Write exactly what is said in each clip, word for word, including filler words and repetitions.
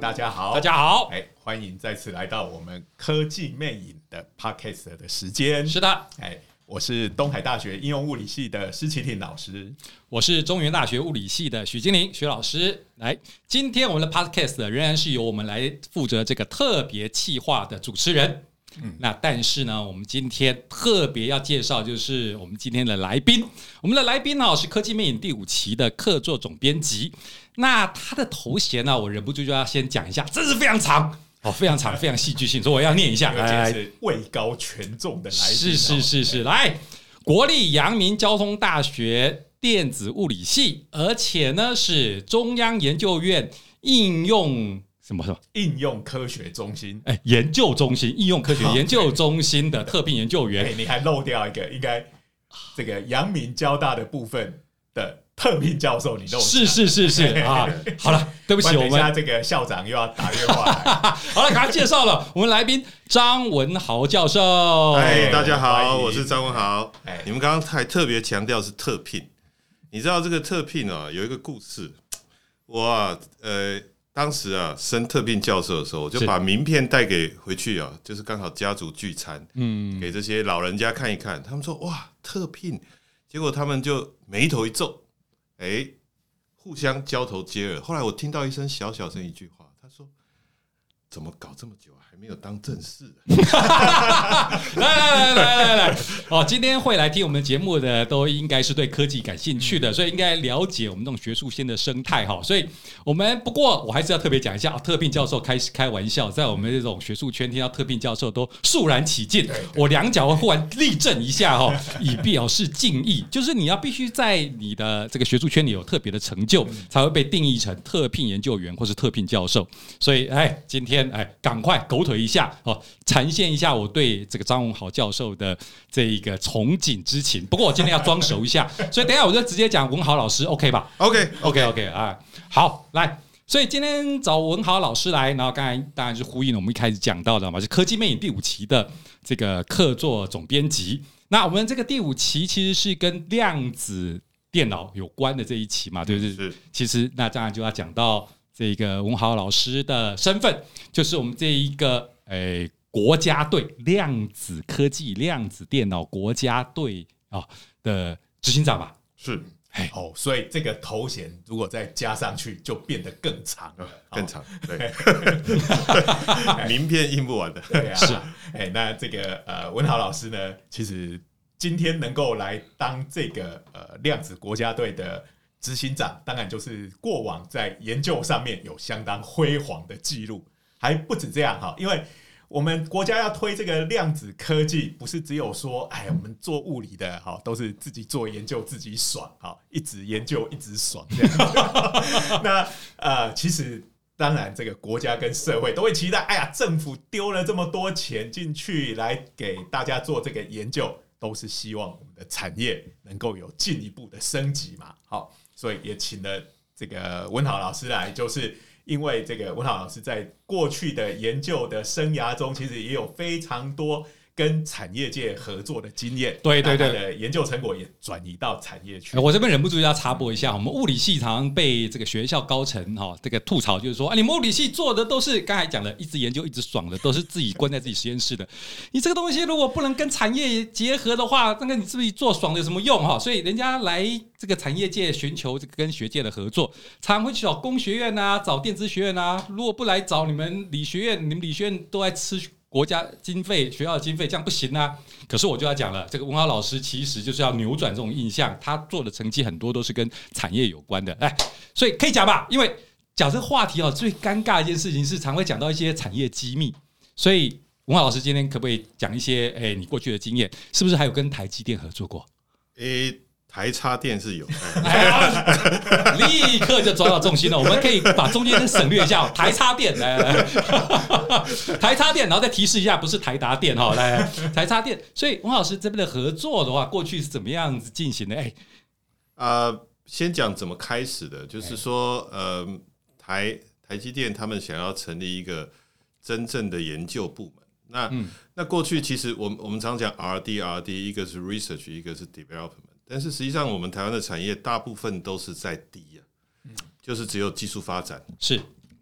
大家好， 大家好， 哎，欢迎再次来到我们科技魅影的 Podcast 的时间。 是的， 哎，我是东海大学应用物理系的施启廷老师， 我是中原大学物理系的许金玲许老师。来，今天我们的 Podcast 仍然是由我们来负责这个特别企划的主持人。嗯、那但是呢，我们今天特别要介绍就是我们今天的来宾，我们的来宾呢是科技魅影第五期的客座总编辑。那他的头衔呢，我忍不住就要先讲一下，真是非常长哦，非常长，非常戏剧性，所以我要念一下。 来，是位高权重的来宾， 是是是是，来，国立阳明交通大学电子物理系，而且呢是中央研究院应用。什么什么应用科学中心？ 哎，研究中心，应用科学研究中心的特聘研究员。 哎，你还漏掉一个，应该这个阳明交大的部分的特聘教授，你漏是是是是啊。好了，对不起，我们等一下这个校长又要打电话来。 好了，赶快介绍了我们来宾张文豪教授。 哎，大家好，我是张文豪。哎，你们刚刚还特别强调是特聘，你知道这个特聘啊有一个故事，我啊呃。当时啊，升特聘教授的时候，我就把名片带给回去啊，就是刚好家族聚餐，嗯，给这些老人家看一看。他们说哇，特聘，结果他们就眉头一皱，哎、欸，互相交头接耳。后来我听到一声小小声一句话，他说：“怎么搞这么久还没有当正式？” 来来来来来来，哦，今天会来听我们节目的都应该是对科技感兴趣的，所以应该了解我们这种学术圈的生态哈。所以我们不过我还是要特别讲一下，特聘教授开开玩笑，在我们这种学术圈听到特聘教授都肃然起敬，我两脚会忽然立正一下哈，以表示敬意。就是你要必须在你的这个学术圈里有特别的成就，才会被定义成特聘研究员或是特聘教授。所以哎，今天哎，赶快狗腿一下哦，呈现一下我对这个张文豪教授的这一个憧憬之情。不过我今天要装熟一下，所以等一下我就直接讲文豪老师 ，OK 吧 ？OK OK OK 啊，好，来，所以今天找文豪老师来，然后刚才当然是呼应了我们一开始讲到的嘛，是科技魅影第五期的这个客座总编辑。那我们这个第五期其实是跟量子电脑有关的这一期嘛，对不对？ 是。 其实那当然就要讲到这个文豪老师的身份，就是我们这一个诶。国家队量子科技、量子电脑国家队啊的执行长吧， 是哦，所以这个头衔如果再加上去，就变得更长了， 更长，对，名片印不完的， 对啊，是，哎，那这个呃文豪老师呢，其实今天能够来当这个呃量子国家队的执行长，当然就是过往在研究上面有相当辉煌的记录，还不止这样哈，因为我们国家要推这个量子科技，不是只有说，哎，我们做物理的哈，都是自己做研究自己爽，哈，一直研究一直爽这样。那呃，其实当然，这个国家跟社会都会期待，哎呀，政府丢了这么多钱进去来给大家做这个研究，都是希望我们的产业能够有进一步的升级嘛。好，所以也请了这个文豪老师来，就是。因为这个文豪老师在过去的研究的生涯中，其实也有非常多跟产业界合作的经验， 对对对， 的研究成果也转移到产业去。 我这边忍不住要插播一下，我们物理系常常被这个学校高层哈这个吐槽，就是说，啊，你们物理系做的都是刚才讲的，一直研究一直爽的，都是自己关在自己实验室的。你这个东西如果不能跟产业结合的话，那个你自己做爽的有什么用哈？所以人家来这个产业界寻求这个跟学界的合作，常会去找工学院啊，找电子学院啊。如果不来找你们理学院，你们理学院都在吃国家经费、学校的经费，这样不行啊！可是我就要讲了，这个文豪老师其实就是要扭转这种印象，他做的成绩很多都是跟产业有关的，哎，所以可以讲吧？因为讲这个话题哦，最尴尬的一件事情是，常会讲到一些产业机密，所以文豪老师今天可不可以讲一些，哎，你过去的经验，是不是还有跟台积电合作过？ 诶。台插电是有， 哎、立刻就抓到重心了。我们可以把中间省略一下，台插电来，来台插电，然后再提示一下，不是台达电哈，来台插电。所以文老师这边的合作的话，过去是怎么样子进行的？哎， 呃，先讲怎么开始的，就是说，呃，台台积电他们想要成立一个真正的研究部门。那、嗯、那过去其实我们我们常讲 R D R D， 一个是 research， 一个是 development。但是实际上，我们台湾的产业大部分都是在低啊，就是只有技术发展是。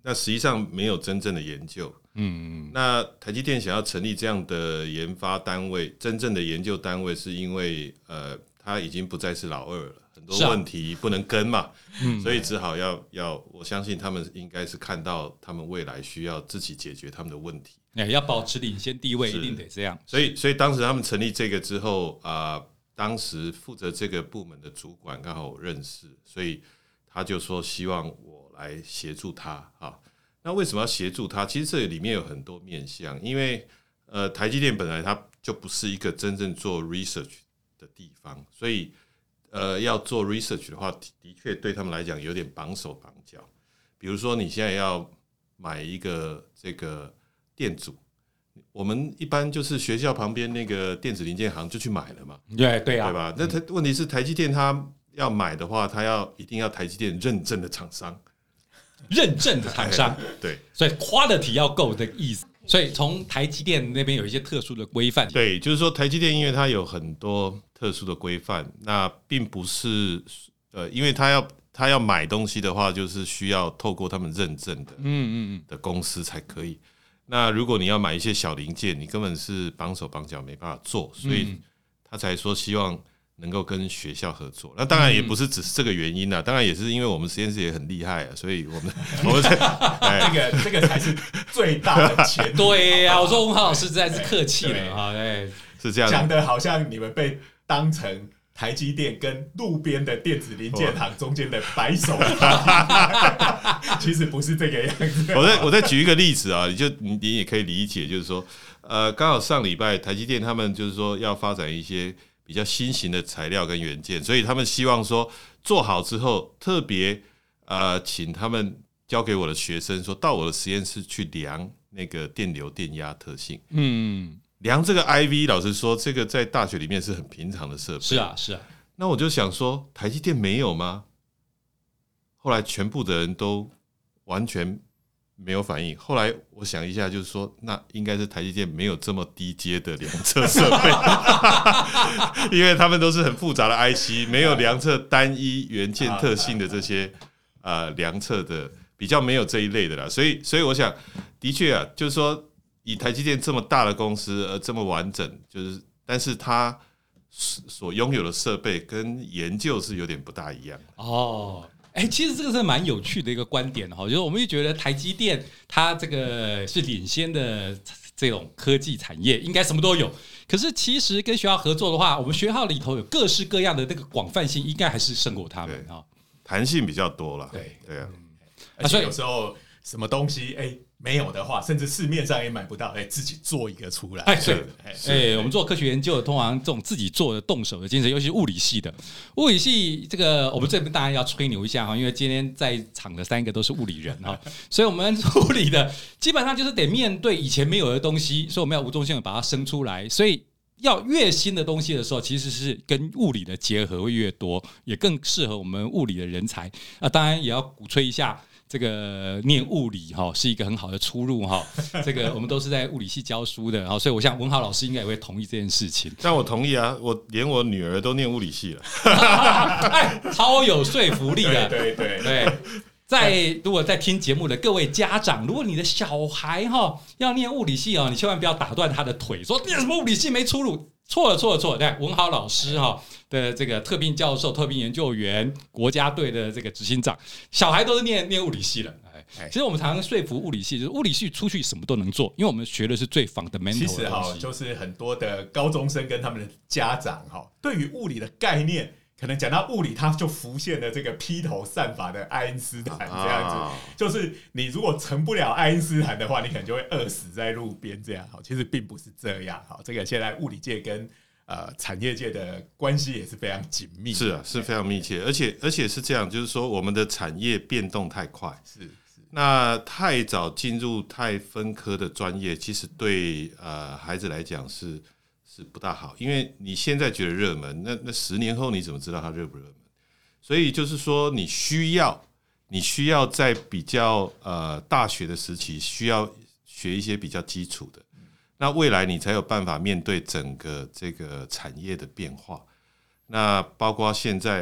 那实际上没有真正的研究。嗯，那台积电想要成立这样的研发单位，真正的研究单位，是因为呃，它已经不再是老二了，很多问题不能跟嘛，啊、所以只好要要，我相信他们应该是看到他们未来需要自己解决他们的问题， 哎，要保持领先地位，一定得这样。 所以，所以当时他们成立这个之后啊、呃，当时负责这个部门的主管刚好我认识，所以他就说希望我来协助他啊。那为什么要协助他？其实这里面有很多面向，因为呃，台积电本来它就不是一个真正做 research 的地方，所以呃，要做 research 的话，的确对他们来讲有点绑手绑脚。比如说，你现在要买一个这个电阻，我们一般就是学校旁边那个电子零件行就去买了嘛， 对对啊， 对吧？那他问题是台积电它要买的话，它要一定要台积电认证的厂商。 认证的厂商， 对， 所以 quality 要够的意思。所以从台积电那边有一些特殊的规范。 对，就是说台积电因为它有很多特殊的规范，那并不是呃，因为它要它要买东西的话，就是需要透过他们认证的，嗯嗯嗯的公司才可以。那如果你要买一些小零件，你根本是绑手绑脚没办法做，所以他才说希望能够跟学校合作。那当然也不是只是这个原因啦，当然也是因为我们实验室也很厉害啊，所以我们我们这个这个才是最大的前提。 对呀、啊，我说文豪老师实在是客气了哈，哎， 是这样讲的好像你们被当成台积电跟路边的电子零件行中间的白手套，其实不是这个样子。 我再我再举一个例子啊，你就你你也可以理解，就是说，呃，刚好上礼拜台积电他们就是说要发展一些比较新型的材料跟元件，所以他们希望说做好之后，特别呃请他们交给我的学生说到我的实验室去量那个电流电压特性。嗯。量这个 I V， 老实说，这个在大学里面是很平常的设备。 是啊，是啊。 那我就想说，台积电没有吗？后来全部的人都完全没有反应。后来我想一下，就是说，那应该是台积电没有这么低阶的量测设备，因为他们都是很复杂的 I C， 没有量测单一元件特性的这些呃量测的，比较没有这一类的啦。所以，所以我想，的确啊，就是说。以台积电这么大的公司，而这么完整，就是，但是它所拥有的设备跟研究是有点不大一样哦。哎、欸，其实这个是蛮有趣的一个观点哈，就是我们会觉得台积电它这个是领先的这种科技产业，应该什么都有。可是其实跟学校合作的话，我们学校里头有各式各样的那个广泛性，应该还是胜过他们啊， 弹性比较多了。 对对啊， 而且有时候什么东西哎。欸没有的话，甚至市面上也买不到，哎，自己做一个出来。 哎，对，哎，我们做科学研究，通常这种自己做的、动手的精神，尤其是物理系的。物理系这个，我们这边当然要吹牛一下哈，因为今天在场的三个都是物理人哈，所以我们物理的基本上就是得面对以前没有的东西，所以我们要无中生有把它生出来。所以要越新的东西的时候，其实是跟物理的结合会越多，也更适合我们物理的人才。啊，当然也要鼓吹一下。这个念物理哈是一个很好的出路哈，这个我们都是在物理系教书的，然后所以我想文豪老师应该也会同意这件事情。 但我同意啊，我连我女儿都念物理系了， 哎，超有说服力的。 对对 对, 对在如果在听节目的各位家长，如果你的小孩哈要念物理系哦，你千万不要打断他的腿，说念什么物理系没出路。错了错了错了！对，文豪老师哈的这个特聘教授、特聘研究员、国家队的这个执行长，小孩都是念念物理系的。哎，其实我们常常说服物理系，就是物理系出去什么都能做，因为我们学的是最 fundamental 的东西。 其实哈，就是很多的高中生跟他们的家长哈，对于物理的概念。可能讲到物理，它就浮现了这个披头散发的爱因斯坦这样子。啊、就是你如果成不了爱因斯坦的话，你可能就会饿死在路边这样。其实并不是这样。这个现在物理界跟呃产业界的关系也是非常紧密。 是啊，是非常密切，而且而且是这样，就是说我们的产业变动太快， 是是。 那太早进入太分科的专业，其实对呃孩子来讲是。是不大好，因为你现在觉得热门，那那十年后你怎么知道它热不热门？所以就是说，你需要你需要在比较呃大学的时期，需要学一些比较基础的，那未来你才有办法面对整个这个产业的变化。那包括现在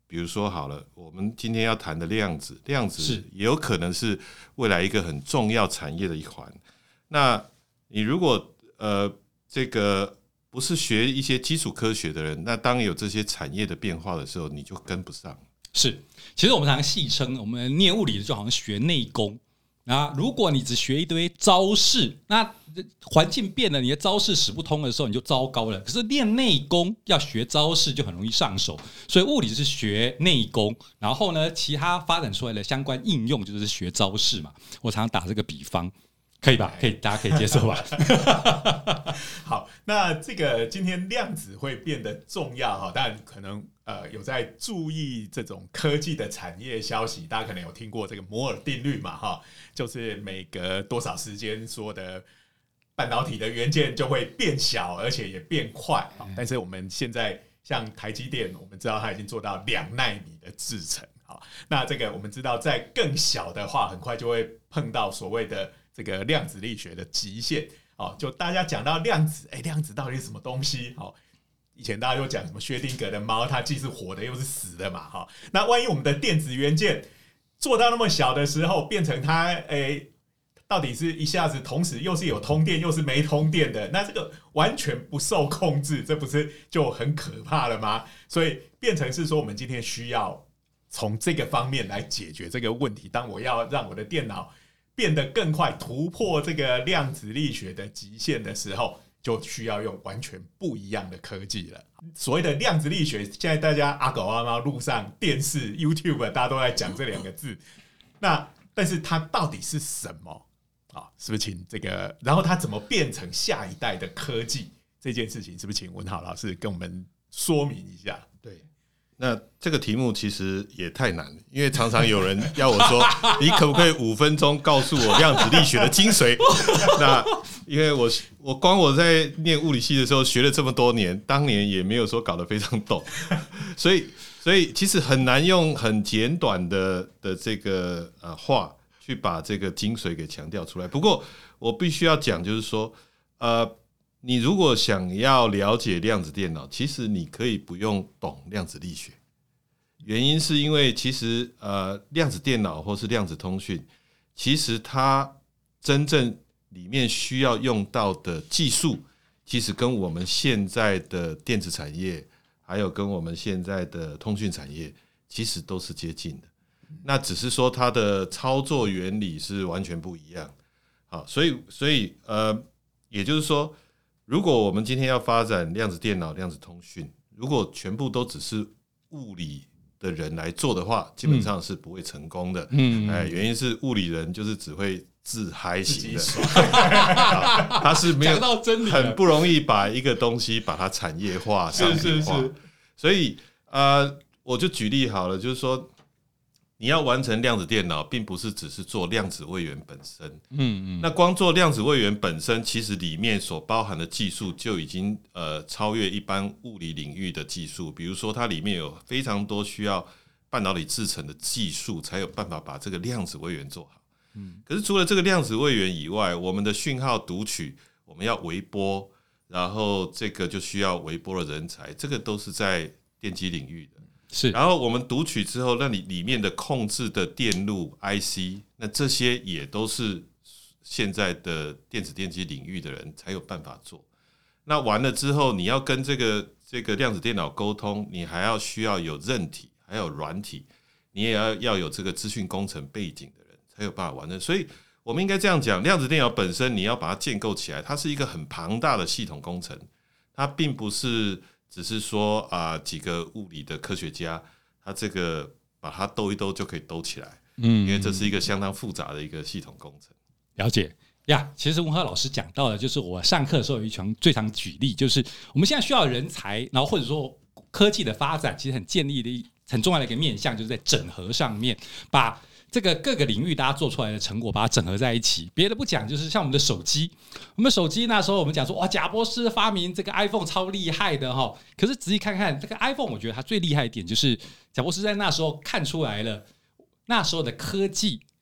比如说好了，我们今天要谈的量子，量子也有可能是未来一个很重要产业的一环。那你如果呃这个不是学一些基础科学的人，那当有这些产业的变化的时候，你就跟不上。 是，其实我们常常戏称，我们念物理的就好像学内功。那如果你只学一堆招式，那环境变了，你的招式使不通的时候，你就糟糕了。可是练内功要学招式就很容易上手，所以物理是学内功，然后呢，其他发展出来的相关应用就是学招式嘛。我常常打这个比方。可以吧？可以，大家可以接受吧？ 好，那这个今天量子会变得重要哈，但可能呃有在注意这种科技的产业消息，大家可能有听过这个摩尔定律嘛哈，就是每隔多少时间说的半导体的元件就会变小，而且也变快。但是我们现在像台积电，我们知道它已经做到两奈米的制程，好，那这个我们知道在更小的话，很快就会碰到所谓的这个量子力学的极限。哦，就大家讲到量子，哎、欸，量子到底是什么东西？哦，以前大家又讲什么薛定谔的猫，它既是活的又是死的嘛，哈、哦。那万一我们的电子元件做到那么小的时候，变成它，哎、欸，到底是一下子同时又是有通电又是没通电的，那这个完全不受控制，这不是就很可怕了吗？所以变成是说，我们今天需要从这个方面来解决这个问题。当我要让我的电脑变得更快，突破这个量子力学的极限的时候，就需要用完全不一样的科技了。所谓的量子力学，现在大家阿狗阿猫路上、电视、YouTube， 大家都在讲这两个字。那但是它到底是什么啊？是不是请这个？然后它怎么变成下一代的科技？这件事情是不是请文豪老师跟我们说明一下？ 对。那这个题目其实也太难了，因为常常有人要我说，你可不可以五分钟告诉我量子力学的精髓？那因为我我光我在念物理系的时候学了这么多年，当年也没有说搞得非常懂，所以所以其实很难用很简短的的这个呃话去把这个精髓给强调出来。不过我必须要讲，就是说，呃。你如果想要了解量子电脑，其实你可以不用懂量子力学。原因是因为其实呃，量子电脑或是量子通讯，其实它真正里面需要用到的技术，其实跟我们现在的电子产业，还有跟我们现在的通讯产业，其实都是接近的。那只是说它的操作原理是完全不一样。好，所以所以呃，也就是说。如果我们今天要发展量子电脑、量子通讯，如果全部都只是物理的人来做的话，基本上是不会成功的。嗯，哎，原因是物理人就是只会自嗨型的，他是没有很不容易把一个东西把它产业化、商品化。是是是，所以呃，我就举例好了，就是说。你要完成量子电脑，并不是只是做量子位元本身。嗯嗯，那光做量子位元本身，其实里面所包含的技术就已经呃超越一般物理领域的技术。比如说，它里面有非常多需要半导体制成的技术，才有办法把这个量子位元做好。嗯，可是除了这个量子位元以外，我们的讯号读取，我们要微波，然后这个就需要微波的人才，这个都是在电机领域的。是，然后我们读取之后，那里里面的控制的电路 I C， 那这些也都是现在的电子电机领域的人才有办法做。那完了之后，你要跟这个这个量子电脑沟通，你还要需要有韧体，还有软体，你也要要有这个资讯工程背景的人才有办法完成。所以我们应该这样讲，量子电脑本身你要把它建构起来，它是一个很庞大的系统工程，它并不是。只是说啊、呃，几个物理的科学家，他这个把它兜一兜就可以兜起来，嗯，因为这是一个相当复杂的一个系统工程。 了解呀，其实文豪老师讲到的，就是我上课的时候有一场最常举例，就是我们现在需要人才，然后或者说科技的发展，其实很建立的很重要的一个面向，就是在整合上面把。这个各个领域大家做出来的成果，把它整合在一起。别的不讲，就是像我们的手机，我们手机那时候我们讲说，哇，贾博士发明这个 iPhone 超厉害的哈。可是仔细看看这个 iPhone， 我觉得它最厉害的点就是贾博士在那时候看出来了，那时候的科技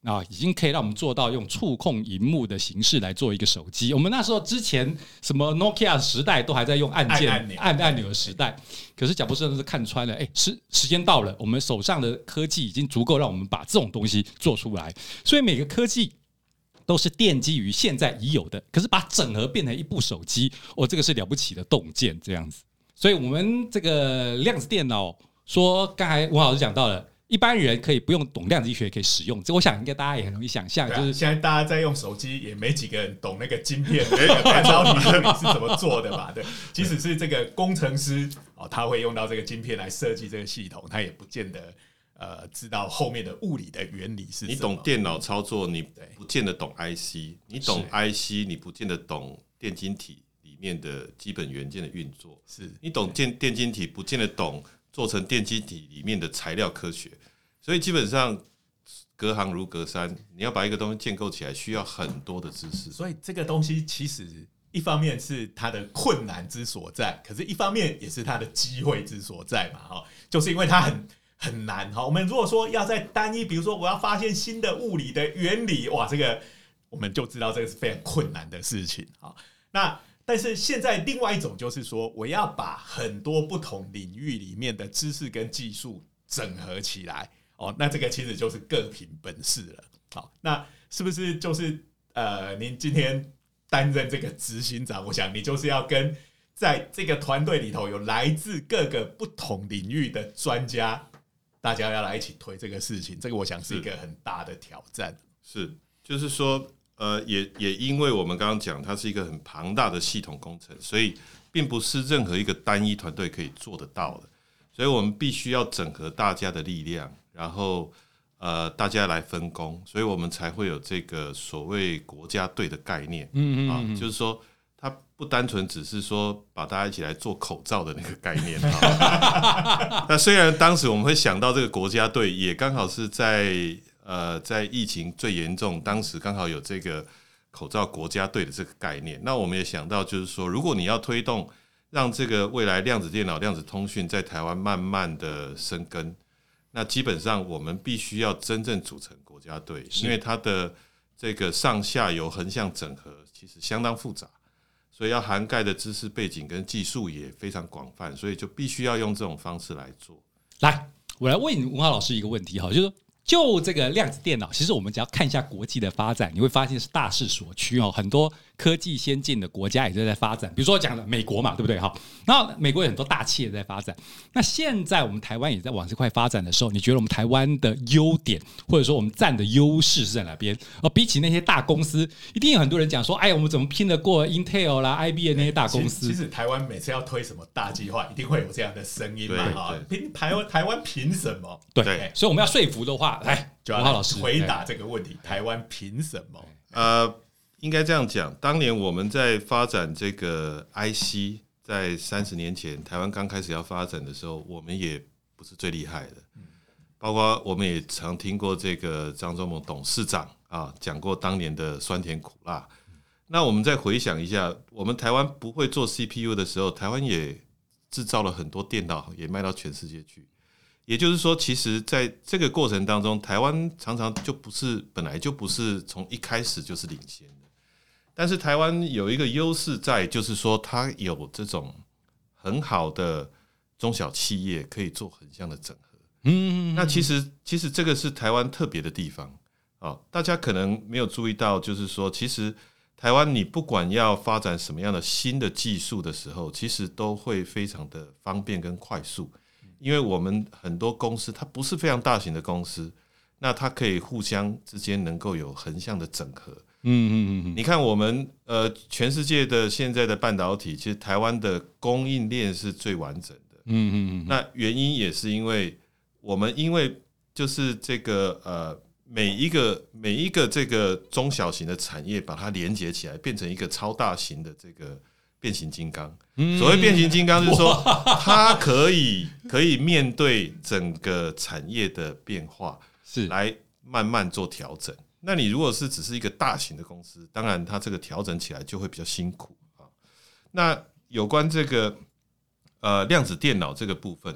啊，已经可以让我们做到用触控萤幕的形式来做一个手机。我们那时候之前什么 Nokia 时代都还在用按键按钮按按钮的时代，可是贾博士真的是看穿了，哎，时时间到了，我们手上的科技已经足够让我们把这种东西做出来。所以每个科技都是奠基于现在已有的，可是把整合变成一部手机，哦，这个是了不起的洞见，这样子。所以我们这个量子电脑，说刚才文老师讲到了。一般人可以不用懂量子力学，可以使用。这我想应该大家也很容易想象， 啊、 就是现在大家在用手机，也没几个人懂那个晶片的那个半导体到底是怎么做的吧？对，即使是这个工程师哦，他会用到这个晶片来设计这个系统，他也不见得呃知道后面的物理的原理是什么。 你懂电脑操作，你不见得懂 I C； 你懂 I C， 你不见得懂电晶体里面的基本元件的运作。 是你懂电电晶体，不见得懂做成电晶体里面的材料科学。所以基本上隔行如隔山，你要把一个东西建构起来，需要很多的知识。 所以这个东西其实一方面是它的困难之所在，可是一方面也是它的机会之所在嘛。哈，就是因为它很很难。哈，我们如果说要在单一，比如说我要发现新的物理的原理，哇，这个我们就知道这个是非常困难的事情。好，那但是现在另外一种就是说，我要把很多不同领域里面的知识跟技术整合起来。哦，那这个其实就是各凭本事了。好，那是不是就是呃，您今天担任这个执行长，我想你就是要跟在这个团队里头有来自各个不同领域的专家，大家要来一起推这个事情，这个我想是一个很大的挑战。 是，就是说，呃，也也因为我们刚刚讲，它是一个很庞大的系统工程，所以并不是任何一个单一团队可以做得到的，所以我们必须要整合大家的力量。然后，呃，大家来分工，所以我们才会有这个所谓国家队的概念。嗯嗯啊，就是说，它不单纯只是说把大家一起来做口罩的那个概念。那虽然当时我们会想到这个国家队，也刚好是在呃在疫情最严重，当时刚好有这个口罩国家队的这个概念。那我们也想到，就是说，如果你要推动让这个未来量子电脑、量子通讯在台湾慢慢的生根。那基本上我们必须要真正组成国家队，因为它的这个上下游横向整合其实相当复杂，所以要涵盖的知识背景跟技术也非常广泛，所以就必须要用这种方式来做。 来，我来问文豪老师一个问题哈，就是说就这个量子电脑，其实我们只要看一下国际的发展，你会发现是大势所趋哦，很多科技先进的国家也在发展，比如说讲的美国嘛，对不对？好，然后美国有很多大企业在发展。那现在我们台湾也在往这块发展的时候，你觉得我们台湾的优点，或者说我们占的优势是在哪边？哦，比起那些大公司，一定有很多人讲说，哎，我们怎么拼得过 Intel 啦、I B M 那些大公司？ 其实台湾每次要推什么大计划，一定会有这样的声音嘛。啊，凭台湾台湾凭什么？ 对，所以我们要说服的话，来， 就要回答这个问题：台湾凭什么？ 呃。应该这样讲，当年我们在发展这个 I C， 在三十年前台湾刚开始要发展的时候，我们也不是最厉害的，包括我们也常听过这个张忠谋董事长啊讲过当年的酸甜苦辣。那我们再回想一下，我们台湾不会做 C P U 的时候，台湾也制造了很多电脑，也卖到全世界去。也就是说，其实在这个过程当中，台湾常常就不是本来就不是从一开始就是领先的。但是台湾有一个优势在，就是说它有这种很好的中小企业可以做横向的整合。嗯，那其实其实这个是台湾特别的地方啊，大家可能没有注意到，就是说，其实台湾你不管要发展什么样的新的技术的时候，其实都会非常的方便跟快速，因为我们很多公司它不是非常大型的公司，那它可以互相之间能够有横向的整合。嗯嗯嗯，你看我们呃，全世界的现在的半导体，其实台湾的供应链是最完整的。嗯嗯嗯，那原因也是因为我们因为就是这个呃，每一个每一个这个中小型的产业，把它连接起来，变成一个超大型的这个变形金刚。所谓变形金刚，就是说它可以可以面对整个产业的变化，是来慢慢做调整。那你如果是只是一个大型的公司，当然它这个调整起来就会比较辛苦啊。那有关这个呃量子电脑这个部分，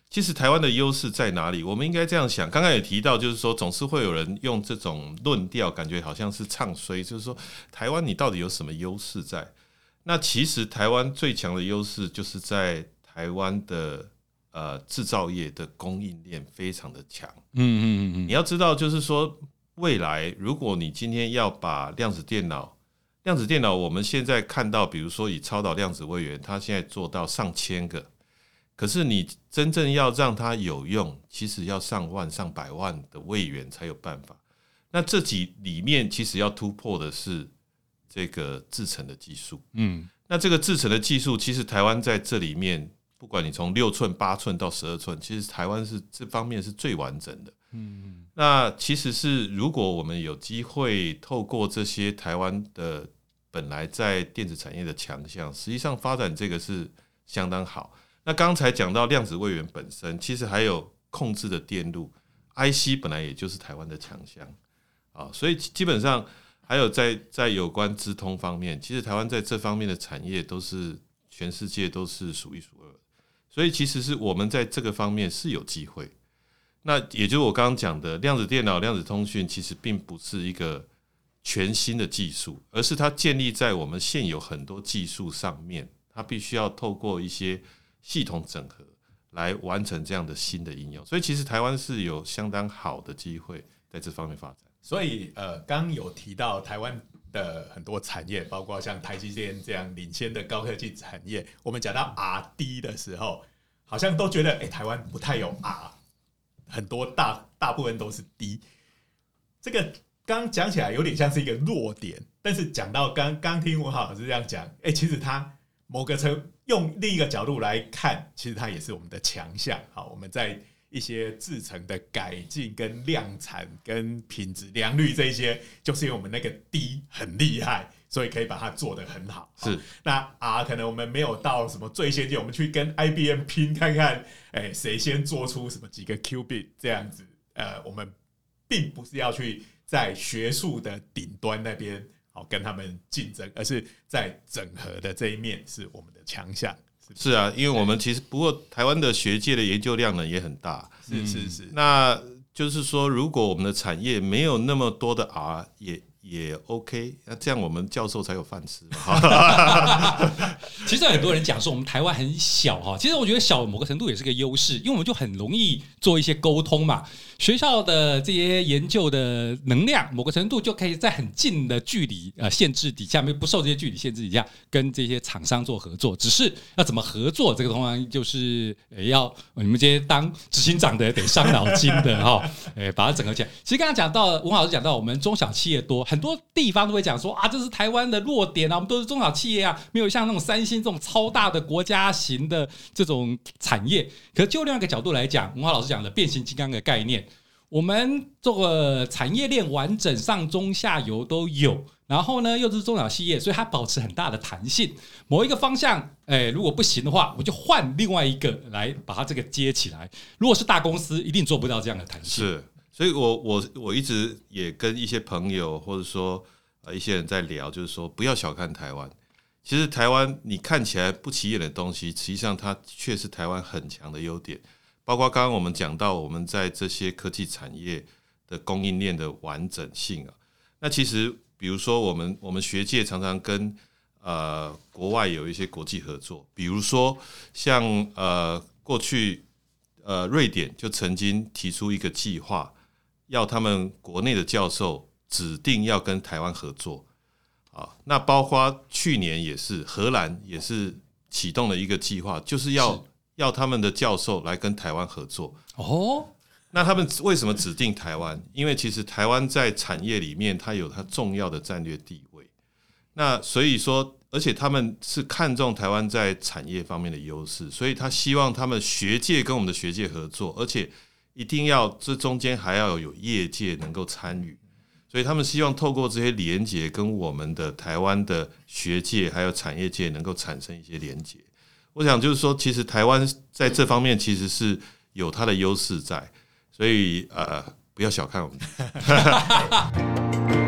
其实台湾的优势在哪里？我们应该这样想。刚刚也提到，就是说总是会有人用这种论调，感觉好像是唱衰，就是说台湾你到底有什么优势在？那其实台湾最强的优势就是在台湾的呃制造业的供应链非常的强。嗯嗯嗯，你要知道，就是说未来如果你今天要把量子电脑，量子电脑我们现在看到，比如说以超导量子位元，它现在做到上千个。可是你真正要让它有用，其实要上万上百万的位元才有办法。那这几里面其实要突破的是这个制程的技术。嗯，那这个制程的技术，其实台湾在这里面，不管你从六寸、八寸到十二寸，其实台湾是这方面是最完整的。嗯，那其实是如果我们有机会透过这些台湾的本来在电子产业的强项，实际上发展这个是相当好。那刚才讲到量子位元本身，其实还有控制的电路 I C 本来也就是台湾的强项啊，所以基本上还有在在有关资通方面，其实台湾在这方面的产业都是全世界都是数一数二，所以其实是我们在这个方面是有机会。那也就是我刚刚讲的，量子电脑、量子通讯其实并不是一个全新的技术，而是它建立在我们现有很多技术上面，它必须要透过一些系统整合来完成这样的新的应用，所以其实台湾是有相当好的机会在这方面发展。 所以呃，刚有提到台湾的很多产业，包括像台积电这样领先的高科技产业，我们讲到 R D 的时候，好像都觉得哎、欸，台湾不太有 R， 很多大大部分都是 D。这个刚讲起来有点像是一个弱点，但是讲到刚刚听文豪老师这样讲，哎、欸，其实他某个程用另一个角度来看，其实它也是我们的强项。好，我们在一些制程的改进、跟量产、跟品质良率这一些，就是因为我们那个 D 很厉害，所以可以把它做得很好。 是， 那 R 可能我们没有到什么最先进，我们去跟 I B M 拼看看，哎，谁先做出什么几个 qubit 这样子。呃，我们并不是要去在学术的顶端那边。跟他们竞争，而是在整合的这一面是我们的强项。 是啊，因为我们其实不过台湾的学界的研究量呢也很大， 是是是。 那就是说，如果我们的产业没有那么多的 R， 也也 OK， 那这样我们教授才有饭吃嘛。 其实很多人讲说我们台湾很小哈，其实我觉得小某个程度也是个优势，因为我们就很容易做一些沟通嘛。学校的这些研究的能量，某个程度就可以在很近的距离呃限制底下，不受这些距离限制底下，跟这些厂商做合作。只是要怎么合作，这个通常就是要你们这些当执行长的得伤脑筋的哈，哎，把它整合起来。其实刚刚讲到文豪老师讲到，我们中小企业多，很多地方都会讲说啊，这是台湾的弱点啊，我们都是中小企业啊，没有像那种三星这种超大的国家型的这种产业。可是就另外一个角度来讲，文豪老师讲的变形金刚的概念。我们这个产业链完整，上中下游都有，然后呢又是中小企业，所以它保持很大的弹性。某一个方向，哎，如果不行的话，我就换另外一个来把它这个接起来。如果是大公司，一定做不到这样的弹性。 是，所以我我我一直也跟一些朋友或者说呃一些人在聊，就是说不要小看台湾。其实台湾你看起来不起眼的东西，实际上它却是台湾很强的优点。包括刚刚我们讲到，我们在这些科技产业的供应链的完整性啊，那其实比如说我们我们学界常常跟呃国外有一些国际合作，比如说像呃过去呃瑞典就曾经提出一个计划，要他们国内的教授指定要跟台湾合作啊，那包括去年也是荷兰也是启动了一个计划，就是要。是要他们的教授来跟台湾合作哦，那他们为什么指定台湾？因为其实台湾在产业里面它有它重要的战略地位，那所以说，而且他们是看重台湾在产业方面的优势，所以他希望他们学界跟我们的学界合作，而且一定要这中间还要有业界能够参与，所以他们希望透过这些连结，跟我们的台湾的学界还有产业界能够产生一些连结。我想就是说，其实台湾在这方面其实是有它的优势在，所以呃，不要小看我们。